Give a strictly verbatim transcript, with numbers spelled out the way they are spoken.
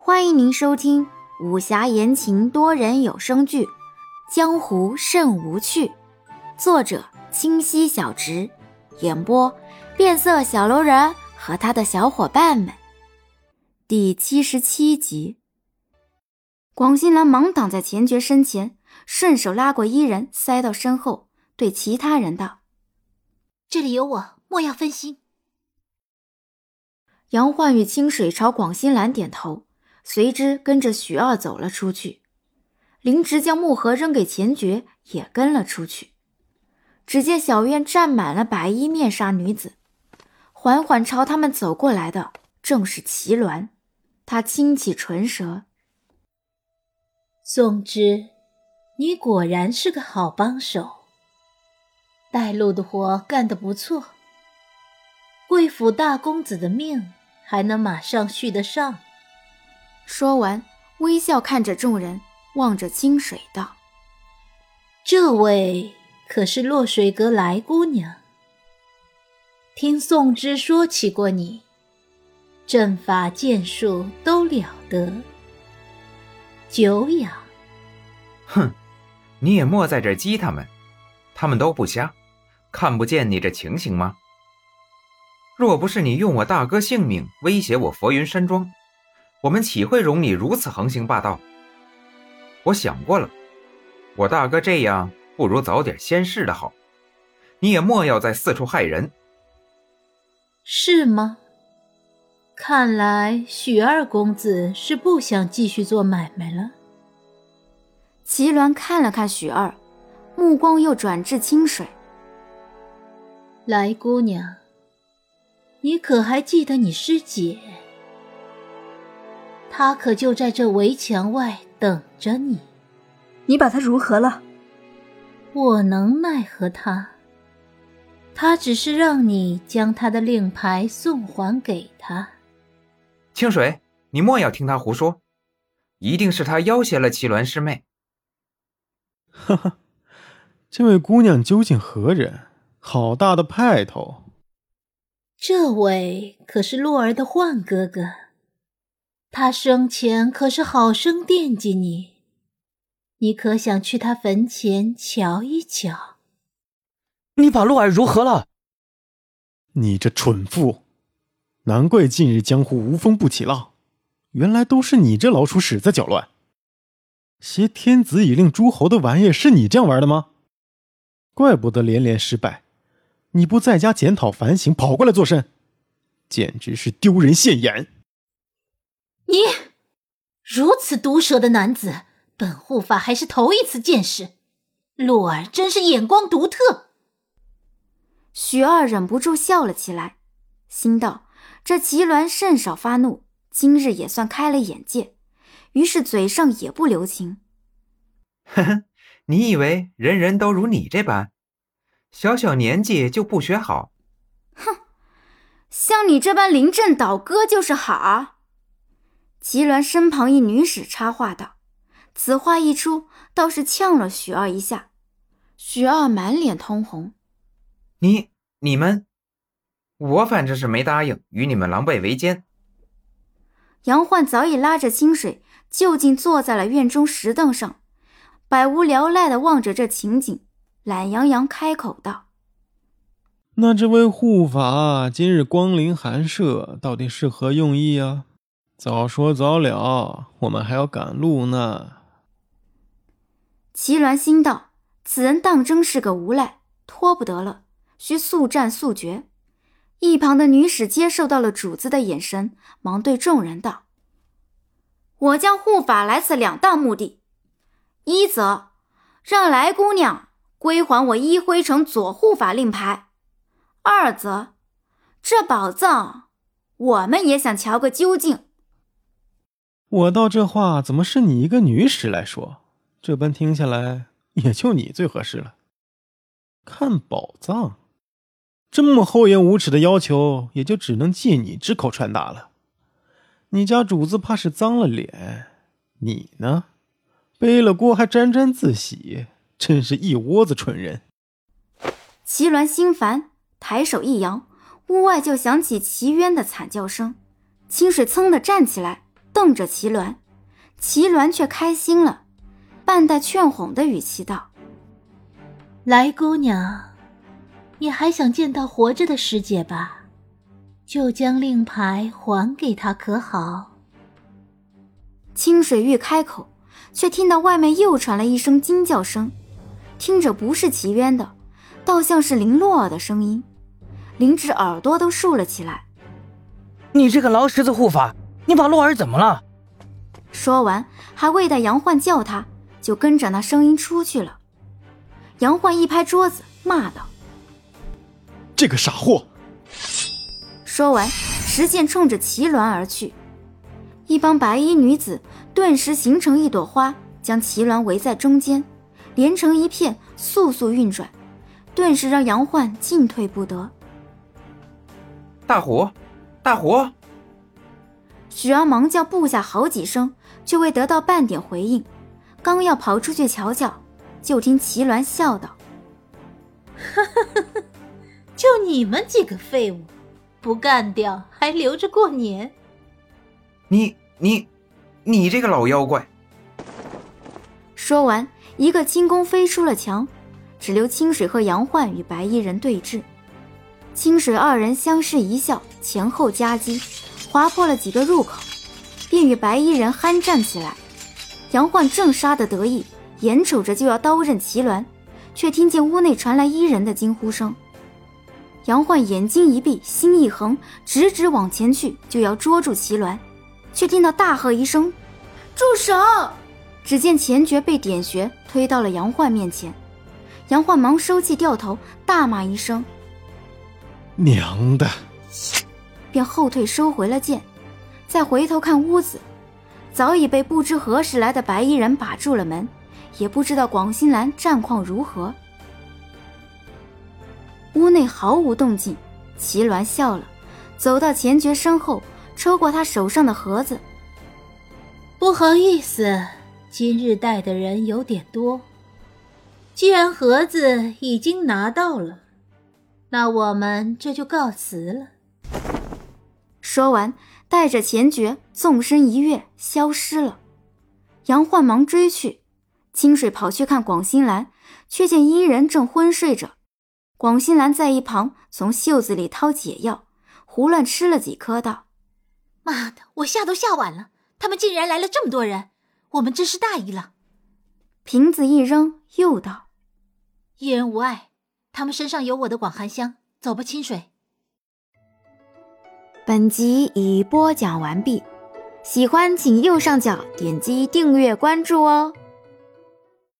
欢迎您收听武侠言情多人有声剧《江湖甚无趣》，作者清溪小直，演播变色小楼人和他的小伙伴们。第七十七集。广兴兰忙挡在钱爵身前，顺手拉过伊人塞到身后，对其他人道： 这里有我，莫要分心。 杨焕与清水朝广兴兰点头，随之跟着许二走了出去。林直将木盒扔给钱爵，也跟了出去。只见小院站满了白衣面纱女子，缓缓朝他们走过来的正是齐鸾。他轻启唇舌： 宋之，你果然是个好帮手，带路的活干得不错，贵府大公子的命还能马上续得上。 说完，微笑看着众人，望着清水道： 这位可是落水阁来姑娘，听宋之说起过你，阵法剑术都了得，久仰。 哼，你也莫在这激他们，他们都不瞎，看不见你这情形吗？若不是你用我大哥性命威胁我佛云山庄，我们岂会容你如此横行霸道？我想过了，我大哥这样不如早点仙逝的好，你也莫要再四处害人。 是吗？看来许二公子是不想继续做买卖了。 齐鸾看了看许二，目光又转至清水。 来姑娘，你可还记得你师姐？她可就在这围墙外等着你。 你把她如何了？ 我能奈何她？她只是让你将她的令牌送还给她。 清水，你莫要听他胡说，一定是他要挟了齐鸾师妹。 哈哈，这位姑娘究竟何人？好大的派头！ 这位可是洛儿的焕哥哥，他生前可是好生惦记你，你可想去他坟前瞧一瞧？ 你把洛儿如何了？ 你这蠢妇！难怪近日江湖无风不起浪，原来都是你这老鼠屎在搅乱。挟天子以令诸侯的玩意是你这样玩的吗？怪不得连连失败，你不在家检讨反省，跑过来作甚，简直是丢人现眼。 你如此毒舌的男子，本护法还是头一次见识，洛儿真是眼光独特。 许二忍不住笑了起来，心道这齐鸾甚少发怒，今日也算开了眼界，于是嘴上也不留情。 呵呵，你以为人人都如你这般，小小年纪就不学好？ 哼，像你这般临阵倒戈就是好。齐鸾身旁一女使插话道，此话一出，倒是呛了许二一下。许二满脸通红。 你你们我反正是没答应与你们狼狈为奸。 杨焕早已拉着清水就近坐在了院中石凳上，百无聊赖地望着这情景，懒洋洋开口道： 那这位护法今日光临寒舍，到底是何用意啊？早说早了，我们还要赶路呢。 齐鸾心道，此人当真是个无赖，拖不得了，需速战速决。一旁的女使接受到了主子的眼神，忙对众人道：我将护法来此两大目的，一则让来姑娘归还我依辉城左护法令牌，二则这宝藏我们也想瞧个究竟。 我道这话怎么是你一个女使来说？这般听下来，也就你最合适了。看宝藏，这么厚颜无耻的要求，也就只能借你之口传达了。你家主子怕是脏了脸，你呢，背了锅还沾沾自喜，真是一窝子蠢人。 齐鸾心烦，抬手一扬，屋外就响起齐渊的惨叫声。清水噌地站起来， 瞪着齐鸾，齐鸾却开心了，半带劝哄的语气道： 来姑娘，你还想见到活着的师姐吧？就将令牌还给她可好？ 清水玉开口，却听到外面又传来一声惊叫声，听着不是齐渊的，倒像是林洛儿的声音。林芷耳朵都竖了起来。 你这个老狮子护法，你把洛儿怎么了？ 说完还未待杨焕叫他，就跟着那声音出去了。杨焕一拍桌子骂道： 这个傻货！ 说完持剑冲着齐鸾而去。一帮白衣女子顿时形成一朵花，将齐鸾围在中间，连成一片，速速运转，顿时让杨焕进退不得。 大虎，大虎！ 许儿忙叫部下好几声，却未得到半点回应，刚要跑出去瞧瞧，就听齐鸾笑道： 就你们几个废物，不干掉还留着过年。 你你你这个老妖怪！ 说完一个轻功飞出了墙，只留清水和杨焕与白衣人对峙。清水二人相视一笑，前后夹击，划破了几个入口，便与白衣人酣战起来。杨焕正杀得得意，眼瞅着就要刀刃齐鸾，却听见屋内传来一人的惊呼声。杨焕眼睛一闭，心一横，直直往前去，就要捉住齐鸾，却听到大喝一声：住手！只见前诀被点穴推到了杨焕面前，杨焕忙收气掉头，大骂一声娘的， 便后退收回了剑。再回头看屋子，早已被不知何时来的白衣人把住了门，也不知道广兴兰战况如何。屋内毫无动静，齐鸾笑了，走到钱爵身后，抽过他手上的盒子。 不好意思，今日带的人有点多，既然盒子已经拿到了，那我们这就告辞了。 说完带着钱爵纵身一跃消失了。杨焕忙追去，清水跑去看广兴兰，却见伊人正昏睡着。广兴兰在一旁从袖子里掏解药，胡乱吃了几颗，道： 妈的，我吓都吓晚了，他们竟然来了这么多人，我们真是大意了。 瓶子一扔，又道： 一人无碍，他们身上有我的广寒香，走吧，清水。 本集已播讲完毕，喜欢请右上角点击订阅关注哦。